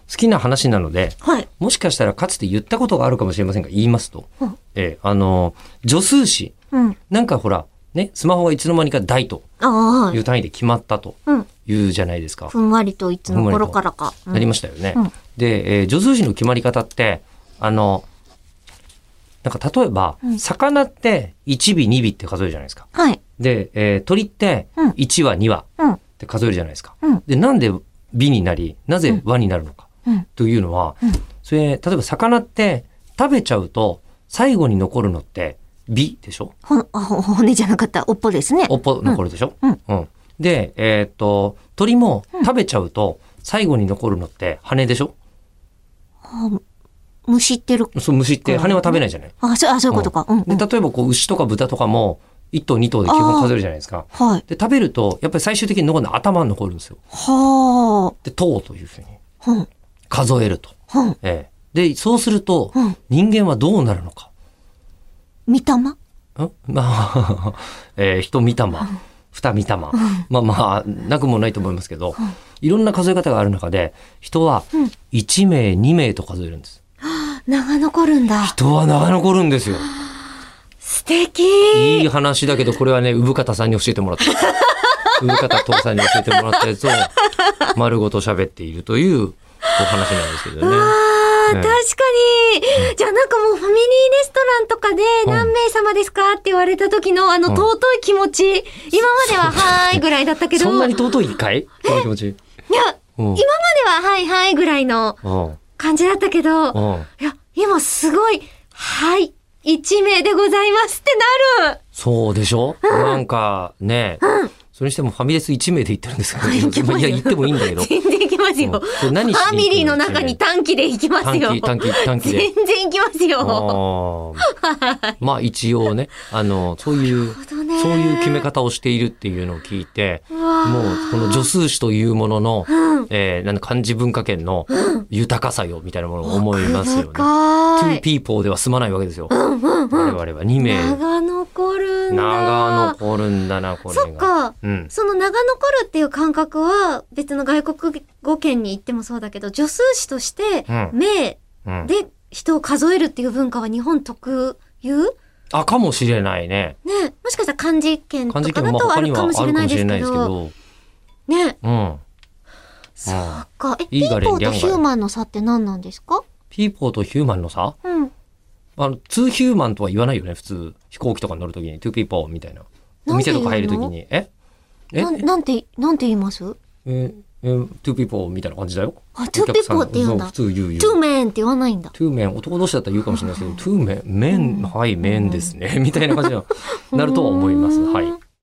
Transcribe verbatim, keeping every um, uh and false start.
好きな話なので、 はい。 もしかしたらかつて言ったことがあるかもしれませんが、言いますと、 うんえーあの、助数詞。 うん。 なんかほら、ね、スマホがいつの間にか大とああ、はいいう単位で決まったとうん。 いうじゃないですか。 ふんわりといつの頃からか。 なりましたよね。 うんで、えー助数詞の決まり方って、あの、なんか例えば、 うん魚っていちびにびって数えるじゃないですか。 はい。 で、えー鳥ってうんいちわにわうん。 って数えるじゃないですか。 うん。 で、なんでびになり、なぜ和になるのかうん。 というのは、 うんそれ、例えば魚って食べちゃうと最後に残るのってびでしょ？ ほ、あ、ほ骨じゃなかった。おっぽですね。 おっぽ残るでしょ？ うんうん。で、えーっと、鳥も食べちゃうと最後に残るのって羽でしょ？ あ、虫ってる。 そう、虫って羽は食べないじゃない。 あ、そう、あ、そういうことか。うん、うん。 で、例えばこう牛とか豚とかもいっ頭に頭で基本数えるじゃないですか。 はい。 で、食べるとやっぱり最終的に残るのは頭に残るんですよ。 はで、頭というふうにあ。うん。 数えると。 うん。 ええで、そうするとうん。 人間はどうなるのか。 見たまんまあ、えー、人見たま、二見たま。まあまあ、なくもないと思いますけど、いろんな数え方がある中で、人はうんいちめい、にめいと数えるんです。 長残るんだ。 人は長残るんですよ。 素敵。 いい話だけど、これはね、産方さんに教えてもらった。産方父さんに教えてもらったやつを丸ごと喋っているというお話なんですけどね。 ああ、 ね確かに。じゃあなんかもうファミリーレストランとかで何名様ですかって言われた時のあのうん尊い気持ち、今までははーいぐらいだったけど、 そんなに尊いかいこの気持ち。 いや、 うん。 今までははいはいぐらいのうん。 感じだったけど、 うん。 いや、今すごい、はい、一名でございますってなる。 そうでしょ、なんかね、それにしてもファミレスいちめいで行ってるんですけど、 行きますよいや、行ってもいいんだけど。 全然行きますよ。 うんそれ何しに行くのファミリーの中に短期で行きますよ。 短期、短期、短期で。 全然行きますよ。 あーまあ一応ね、あの、そういう、 なるほどねそういう決め方をしているっていうのを聞いて、 うわーもうこの助数詞というものの、 うん。 えー、なんだ漢字文化圏の豊かさよみたいなものを思いますよね。 奥 two 深い。 people では済まないわけですよ。 うんうんうん。 我々はにめい。 長残るんだ。 長残るんだな、これが。 そっか。 うん。 その長残るっていう感覚は別の外国語圏に行ってもそうだけど、助数詞としてうん名うん。 で人を数えるっていう文化は日本特有あ、かもしれないね。 ね、もしかしたら漢字圏と漢字かだとあ圏も他にるかもしれはあるかないですけもしれないですけど、 ど。 ね、 うん。 そっか。え、 いいピーポーがれりゃんがれとヒューマンの差って何なんですか？ ピーポーとヒューマンの差うん。 あの、ツーヒューマンとは言わないよね、普通。飛行機とか乗るときに、トゥーピーポーみたいな。お店とか入るときに。ええなん、なんて、なんて言います？ ええトゥーピーポーみたいな感じだよ。 あ、トゥーピーポーって言うんだ。 そう普通言う言う。 トゥーメンって言わないんだ。 トゥーメン、男同士だったら言うかもしれないですけど、トゥーメン、メン、はい、メンですね。みたいな感じになるとは思います。はい。